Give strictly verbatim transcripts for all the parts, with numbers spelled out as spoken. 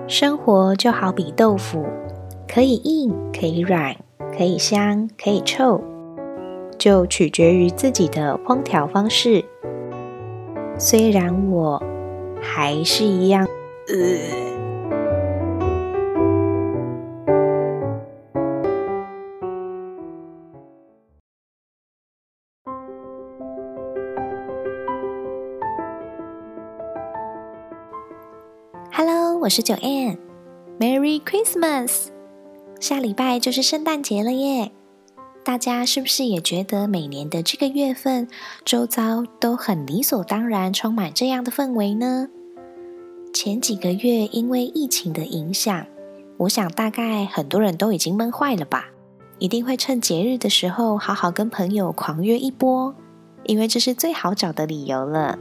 生活就好比豆腐，可以硬，可以软，可以香，可以臭，就取决于自己的烹调方式。虽然我还是一样，呃。Hello， 我是九 Ann，Merry Christmas！ 下礼拜就是圣诞节了耶！大家是不是也觉得每年的这个月份，周遭都很理所当然，充满这样的氛围呢？前几个月因为疫情的影响，我想大概很多人都已经闷坏了吧，一定会趁节日的时候好好跟朋友狂约一波，因为这是最好找的理由了。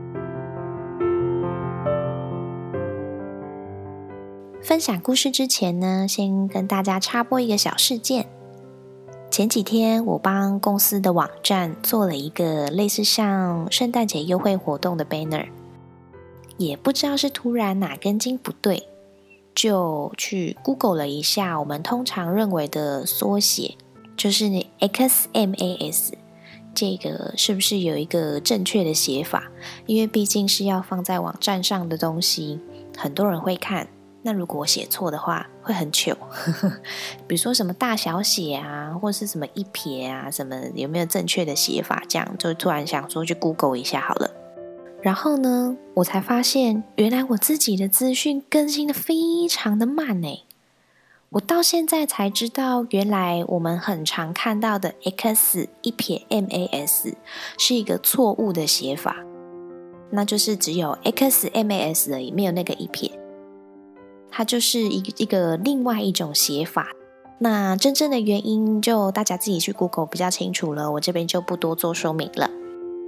分享故事之前呢，先跟大家插播一个小事件。前几天我帮公司的网站做了一个类似像圣诞节优惠活动的 banner， 也不知道是突然哪根筋不对，就去 Google 了一下我们通常认为的缩写，就是 X M A S， 这个是不是有一个正确的写法？因为毕竟是要放在网站上的东西，很多人会看。那如果我写错的话会很糗比如说什么大小写啊，或是什么一撇啊，什么有没有正确的写法，这样就突然想说去 Google 一下好了。然后呢，我才发现原来我自己的资讯更新的非常的慢耶。我到现在才知道，原来我们很常看到的 X 一撇 M A S 是一个错误的写法，那就是只有 X M A S 而已，没有那个一撇，它就是一个一个另外一种写法。那真正的原因就大家自己去 Google 比较清楚了，我这边就不多做说明了。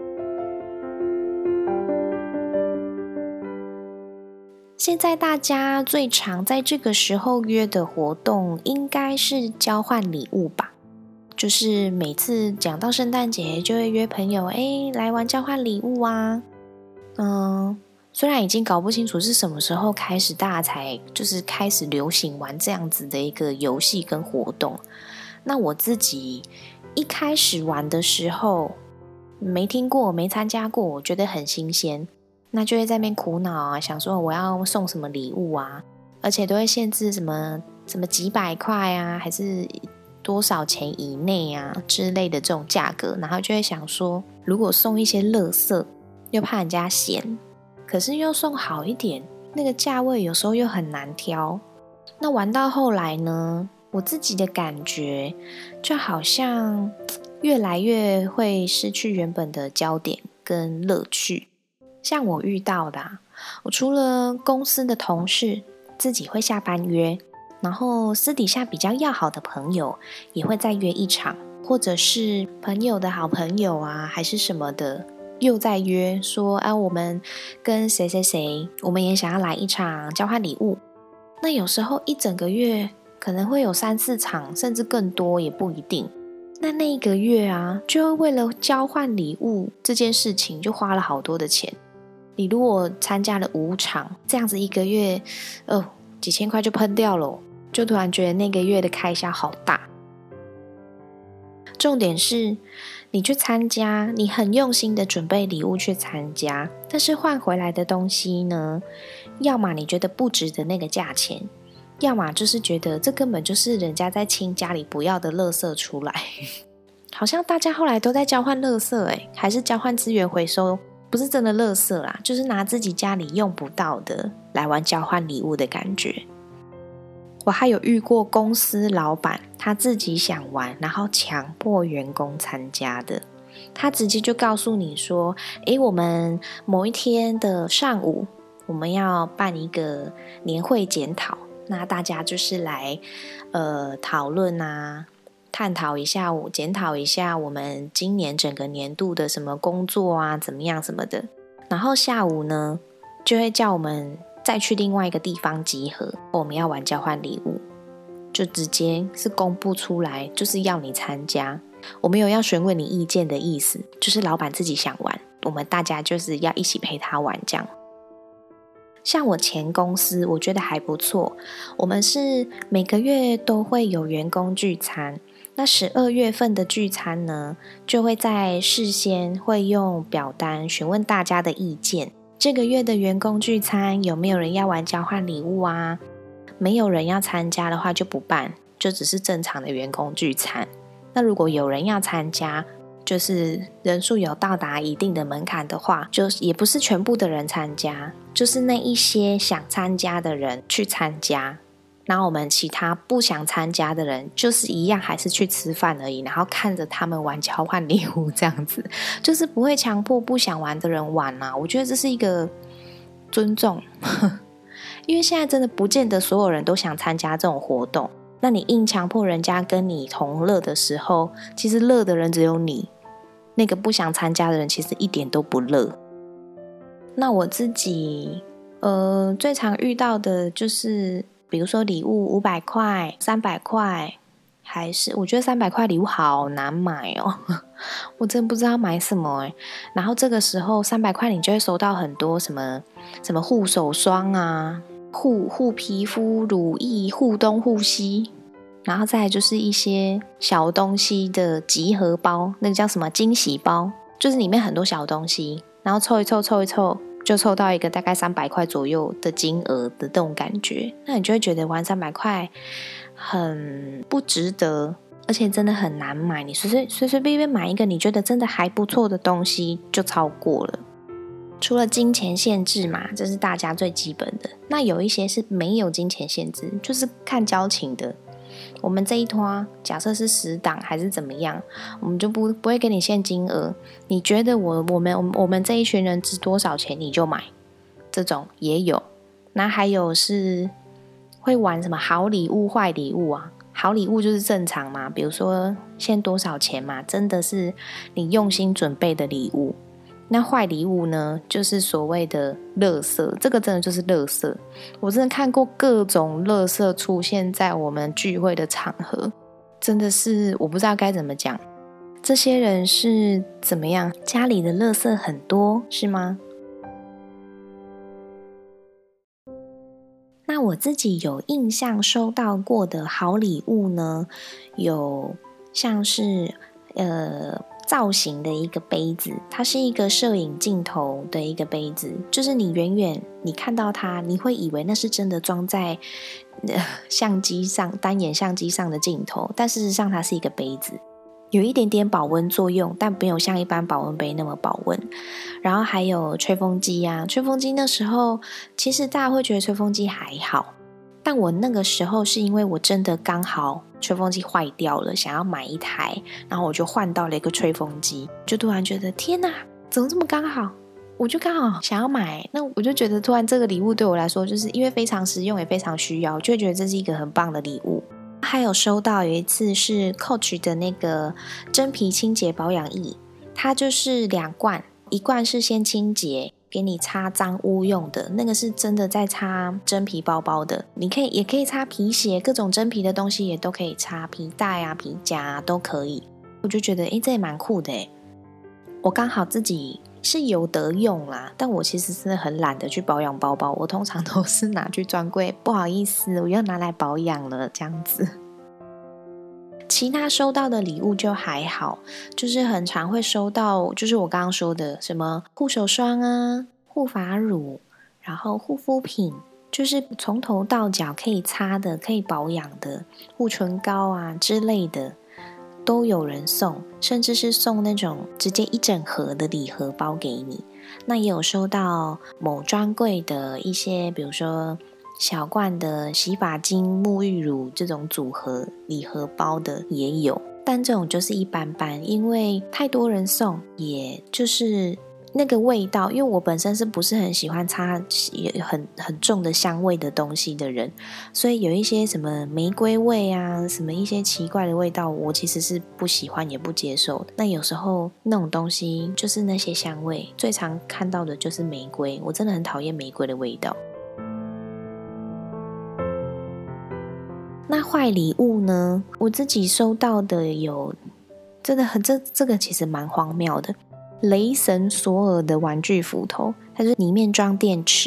现在大家最常在这个时候约的活动应该是交换礼物吧，就是每次讲到圣诞节就会约朋友诶来玩交换礼物啊。嗯，虽然已经搞不清楚是什么时候开始大家才就是开始流行玩这样子的一个游戏跟活动，那我自己一开始玩的时候没听过没参加过，我觉得很新鲜，那就会在那边苦恼啊，想说我要送什么礼物啊，而且都会限制什么什么几百块啊，还是多少钱以内啊之类的这种价格，然后就会想说如果送一些垃圾又怕人家嫌，可是又送好一点，那个价位有时候又很难挑。那玩到后来呢，我自己的感觉就好像越来越会失去原本的焦点跟乐趣。像我遇到的啊，我除了公司的同事自己会下班约，然后私底下比较要好的朋友也会再约一场，或者是朋友的好朋友啊还是什么的又在约说啊，我们跟谁谁谁我们也想要来一场交换礼物。那有时候一整个月可能会有三四场甚至更多也不一定。那那一个月啊，就为了交换礼物这件事情就花了好多的钱。你如果参加了五场，这样子一个月哦，几千块就喷掉了，就突然觉得那个月的开销好大。重点是你去参加，你很用心的准备礼物去参加，但是换回来的东西呢，要么你觉得不值得那个价钱，要么就是觉得这根本就是人家在清家里不要的垃圾出来好像大家后来都在交换垃圾诶，还是交换资源回收，不是真的垃圾啦，就是拿自己家里用不到的来玩交换礼物的感觉。我还有遇过公司老板他自己想玩，然后强迫员工参加的。他直接就告诉你说，诶，我们某一天的上午我们要办一个年会检讨，那大家就是来呃讨论啊，探讨一下，我检讨一下我们今年整个年度的什么工作啊怎么样什么的。然后下午呢就会叫我们再去另外一个地方集合，我们要玩交换礼物，就直接是公布出来，就是要你参加。我没有要询问你意见的意思，就是老板自己想玩，我们大家就是要一起陪他玩这样。 像我前公司我觉得还不错，我们是每个月都会有员工聚餐，那十二月份的聚餐呢，就会在事先会用表单询问大家的意见，这个月的员工聚餐有没有人要玩交换礼物啊？没有人要参加的话就不办，就只是正常的员工聚餐。那如果有人要参加，就是人数有到达一定的门槛的话，就也不是全部的人参加，就是那一些想参加的人去参加，然后我们其他不想参加的人就是一样还是去吃饭而已，然后看着他们玩交换礼物这样子，就是不会强迫不想玩的人玩啊。我觉得这是一个尊重因为现在真的不见得所有人都想参加这种活动，那你硬强迫人家跟你同乐的时候，其实乐的人只有你，那个不想参加的人其实一点都不乐。那我自己呃最常遇到的就是比如说礼物五百块、三百块，还是我觉得三百块礼物好难买哦我真不知道买什么耶。然后这个时候三百块你就会收到很多什么什么护手霜啊、护护皮肤乳液、护东护西，然后再来就是一些小东西的集合包，那个叫什么惊喜包，就是里面很多小东西，然后凑一凑凑一凑就凑到一个大概三百块左右的金额的这种感觉，那你就会觉得玩三百块很不值得，而且真的很难买，你随随随随便便买一个你觉得真的还不错的东西就超过了。除了金钱限制嘛，这是大家最基本的，那有一些是没有金钱限制，就是看交情的。我们这一团假设是十档还是怎么样，我们就不不会给你限金额，你觉得我我们我们这一群人值多少钱你就买，这种也有。那还有是会玩什么好礼物坏礼物啊，好礼物就是正常嘛，比如说限多少钱嘛，真的是你用心准备的礼物。那坏礼物呢，就是所谓的垃圾，这个真的就是垃圾。我真的看过各种垃圾出现在我们聚会的场合，真的是我不知道该怎么讲。这些人是怎么样？家里的垃圾很多是吗？那我自己有印象收到过的好礼物呢，有像是呃造型的一个杯子，它是一个摄影镜头的一个杯子，就是你远远你看到它，你会以为那是真的装在、呃、相机上单眼相机上的镜头，但事实上它是一个杯子，有一点点保温作用，但没有像一般保温杯那么保温。然后还有吹风机啊，吹风机那时候其实大家会觉得吹风机还好，但我那个时候是因为我真的刚好吹风机坏掉了，想要买一台，然后我就换到了一个吹风机，就突然觉得天哪，怎么这么刚好，我就刚好想要买，那我就觉得突然这个礼物对我来说就是因为非常实用也非常需要，就会觉得这是一个很棒的礼物。还有收到有一次是 Coach 的那个真皮清洁保养液，它就是两罐，一罐是先清洁给你擦脏污用的，那个是真的在擦真皮包包的，你可以也可以擦皮鞋，各种真皮的东西也都可以擦，皮带啊皮夹啊都可以。我就觉得诶这也蛮酷的诶，我刚好自己是有得用啦，但我其实真的很懒得去保养包包，我通常都是拿去专柜，不好意思我又拿来保养了这样子。其他收到的礼物就还好，就是很常会收到就是我刚刚说的什么护手霜啊、护发乳，然后护肤品，就是从头到脚可以擦的可以保养的护唇膏啊之类的都有人送，甚至是送那种直接一整盒的礼盒包给你。那也有收到某专柜的一些比如说小罐的洗发精、沐浴乳这种组合礼盒包的也有，但这种就是一般般，因为太多人送，也就是那个味道，因为我本身是不是很喜欢擦很很重的香味的东西的人，所以有一些什么玫瑰味啊，什么一些奇怪的味道，我其实是不喜欢也不接受的。那有时候那种东西就是那些香味，最常看到的就是玫瑰，我真的很讨厌玫瑰的味道。那坏礼物呢？我自己收到的有，真的很这这个其实蛮荒谬的。雷神索尔的玩具斧头，它是里面装电池，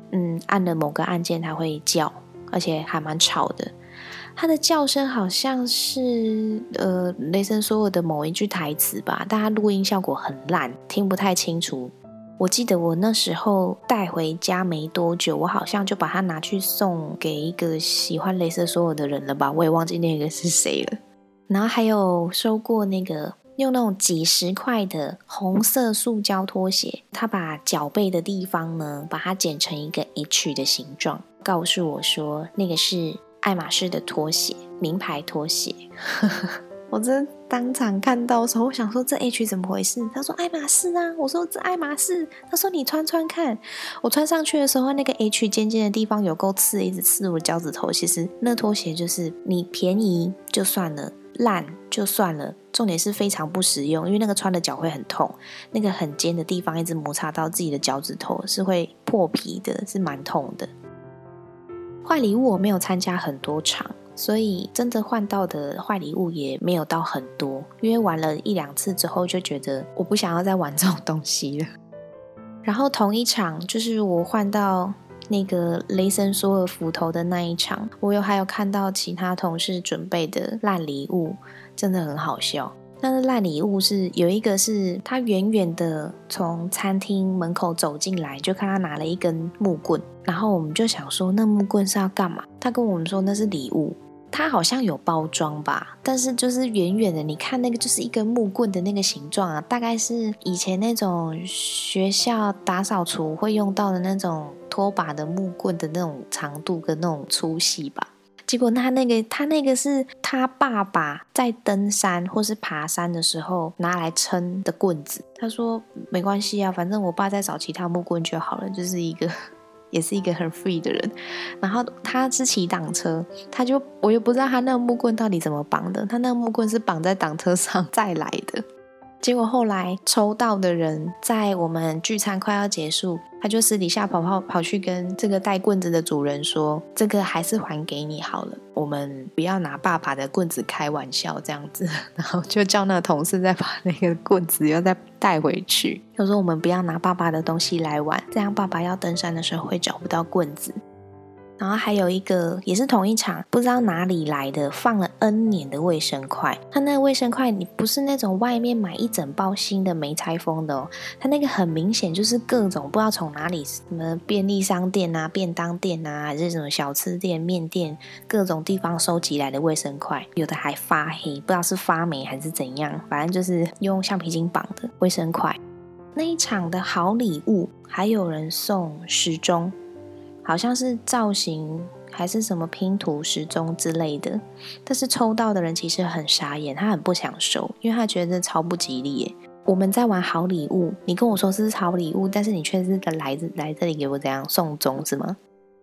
嗯按了某个按键它会叫，而且还蛮吵的。它的叫声好像是呃雷神索尔的某一句台词吧，但它录音效果很烂，听不太清楚。我记得我那时候带回家没多久，我好像就把它拿去送给一个喜欢雷神索尔的人了吧，我也忘记那个是谁了。然后还有收过那个用那种几十块的红色塑胶拖鞋，他把脚背的地方呢把它剪成一个 H 的形状，告诉我说那个是爱马仕的拖鞋，名牌拖鞋。我真的当场看到的时候，我想说这 H 怎么回事？他说爱马仕啊，我说这爱马仕，他说你穿穿看。我穿上去的时候，那个 H 尖尖的地方有够刺，一直刺我脚趾头。其实那拖鞋就是你便宜就算了，烂就算了，重点是非常不实用，因为那个穿的脚会很痛，那个很尖的地方一直摩擦到自己的脚趾头是会破皮的，是蛮痛的。坏礼物我没有参加很多场，所以真的换到的坏礼物也没有到很多，因为玩了一两次之后就觉得我不想要再玩这种东西了。然后同一场就是我换到那个雷神索尔斧头的那一场，我有还有看到其他同事准备的烂礼物，真的很好笑。但是烂礼物是有一个是他远远的从餐厅门口走进来，就看他拿了一根木棍，然后我们就想说那木棍是要干嘛，他跟我们说那是礼物，他好像有包装吧，但是就是远远的你看那个就是一根木棍的那个形状啊，大概是以前那种学校打扫除会用到的那种拖把的木棍的那种长度跟那种粗细吧。结果他那个他那个是他爸爸在登山或是爬山的时候拿来撑的棍子，他说没关系啊，反正我爸在找其他木棍就好了，就是一个也是一个很 free 的人。然后他是骑挡车，他就我也不知道他那个木棍到底怎么绑的，他那个木棍是绑在挡车上再来的。结果后来抽到的人在我们聚餐快要结束，他就私底下跑跑跑去跟这个带棍子的主人说，这个还是还给你好了，我们不要拿爸爸的棍子开玩笑这样子。然后就叫那个同事再把那个棍子又再带回去，他说我们不要拿爸爸的东西来玩，这样爸爸要登山的时候会找不到棍子。然后还有一个也是同一场，不知道哪里来的放了 N 年的卫生筷，它那个卫生筷你不是那种外面买一整包新的没拆封的哦，它那个很明显就是各种不知道从哪里，什么便利商店啊、便当店啊，还是什么小吃店、面店，各种地方收集来的卫生筷，有的还发黑，不知道是发霉还是怎样，反正就是用橡皮筋绑的卫生筷。那一场的好礼物还有人送时钟，好像是造型还是什么拼图时钟之类的，但是抽到的人其实很傻眼，他很不想收，因为他觉得超不吉利耶。我们在玩好礼物，你跟我说是好礼物，但是你却是来来这里给我怎样送钟是吗？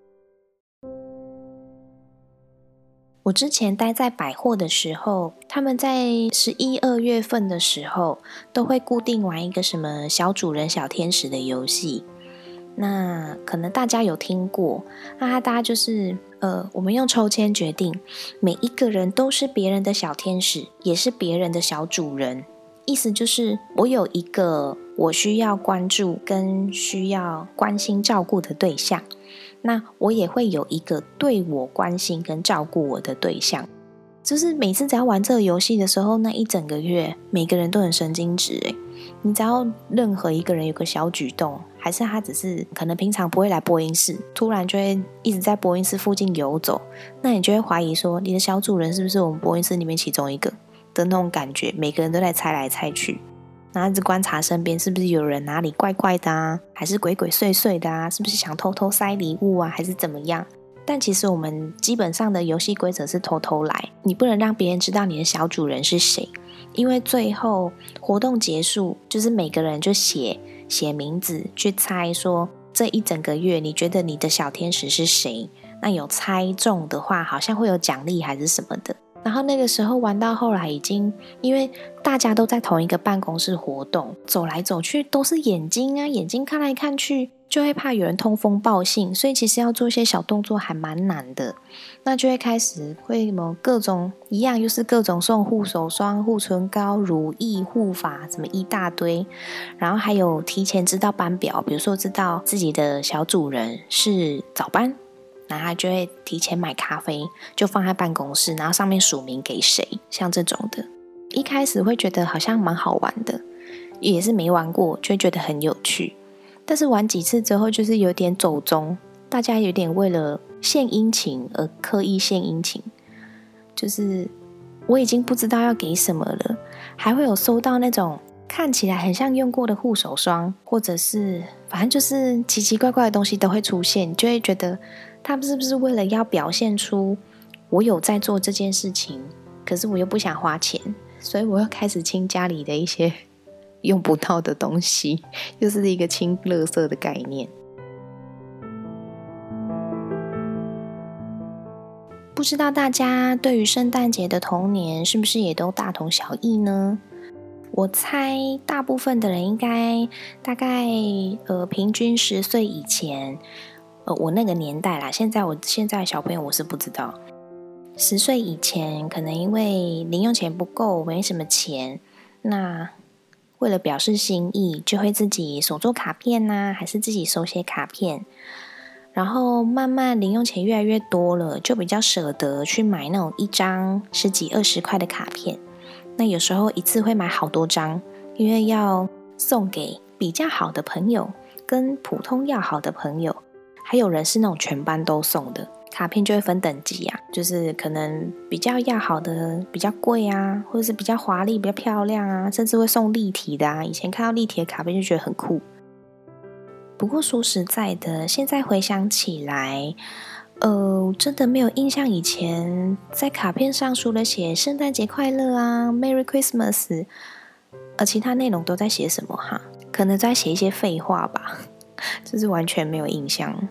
我之前待在百货的时候，他们在十一二月份的时候都会固定玩一个什么小主人小天使的游戏，那可能大家有听过，那大家就是呃，我们用抽签决定，每一个人都是别人的小天使，也是别人的小主人。意思就是我有一个我需要关注跟需要关心照顾的对象，那我也会有一个对我关心跟照顾我的对象。就是每次只要玩这个游戏的时候，那一整个月每个人都很神经质耶。你只要任何一个人有个小举动，还是他只是可能平常不会来播音室，突然就会一直在播音室附近游走，那你就会怀疑说你的小主人是不是我们播音室里面其中一个的那种感觉，每个人都在猜来猜去，然后一直观察身边是不是有人哪里怪怪的啊，还是鬼鬼祟祟的啊，是不是想偷偷塞礼物啊，还是怎么样。但其实我们基本上的游戏规则是偷偷来，你不能让别人知道你的小主人是谁，因为最后活动结束，就是每个人就写写名字去猜说这一整个月你觉得你的小天使是谁，那有猜中的话好像会有奖励还是什么的。然后那个时候玩到后来已经，因为大家都在同一个办公室活动，走来走去都是眼睛啊，眼睛看来看去， 就会怕有人通风报信，所以其实要做一些小动作还蛮难的。那就会开始会什么各种一样，又是各种送护手霜、护唇膏、乳液、护发，什么一大堆。然后还有提前知道班表，比如说知道自己的小主人是早班，然后他就会提前买咖啡，就放在办公室，然后上面署名给谁，像这种的。一开始会觉得好像蛮好玩的，也是没玩过，就会觉得很有趣。但是玩几次之后，就是有点走钟，大家有点为了献殷勤而刻意献殷勤，就是我已经不知道要给什么了，还会有收到那种看起来很像用过的护手霜，或者是反正就是奇奇怪怪的东西都会出现，就会觉得他们是不是为了要表现出我有在做这件事情，可是我又不想花钱，所以我又开始清家里的一些用不到的东西，又是一个清垃圾的概念。不知道大家对于圣诞节的童年是不是也都大同小异呢？我猜大部分的人应该大概呃平均十岁以前，呃我那个年代啦，现在我现在小朋友我是不知道。十岁以前可能因为零用钱不够，没什么钱，那为了表示心意，就会自己手做卡片啊，还是自己手写卡片。然后慢慢零用钱越来越多了，就比较舍得去买那种一张十几二十块的卡片。那有时候一次会买好多张，因为要送给比较好的朋友，跟普通要好的朋友，还有人是那种全班都送的。卡片就会分等级啊，就是可能比较要好的比较贵啊，或者是比较华丽比较漂亮啊，甚至会送立体的啊。以前看到立体的卡片就觉得很酷。不过说实在的，现在回想起来，呃，真的没有印象以前在卡片上除了写圣诞节快乐啊 Merry Christmas， 而其他内容都在写什么哈？可能在写一些废话吧，就是完全没有印象。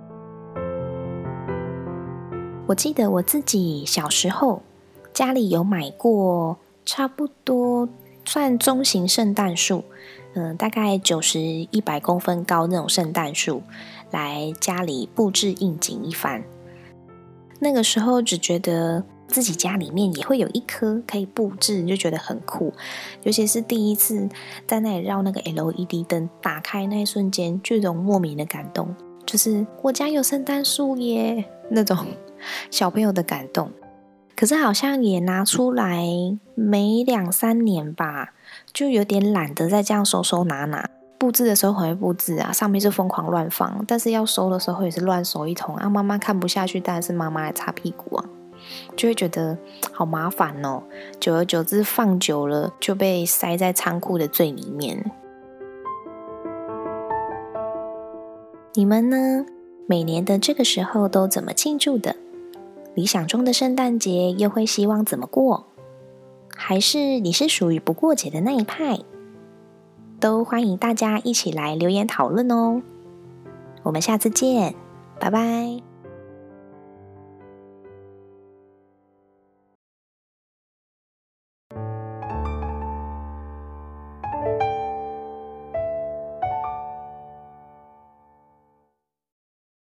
我记得我自己小时候家里有买过差不多算中型圣诞树，嗯，大概九十、一百公分高那种圣诞树，来家里布置应景一番。那个时候只觉得自己家里面也会有一棵可以布置，就觉得很酷。尤其是第一次在那里绕那个 L E D 灯打开那一瞬间，就有一种莫名的感动，就是我家有圣诞树耶，那种小朋友的感动。可是好像也拿出来没两三年吧，就有点懒得再这样收收拿拿。布置的时候很会布置啊，上面是疯狂乱放，但是要收的时候也是乱收一通啊。妈妈看不下去，当然是妈妈来擦屁股啊，就会觉得好麻烦哦。久而久之放久了，就被塞在仓库的最里面。你们呢？每年的这个时候都怎么庆祝的？理想中的圣诞节又会希望怎么过？还是你是属于不过节的那一派？都欢迎大家一起来留言讨论哦。我们下次见，拜拜。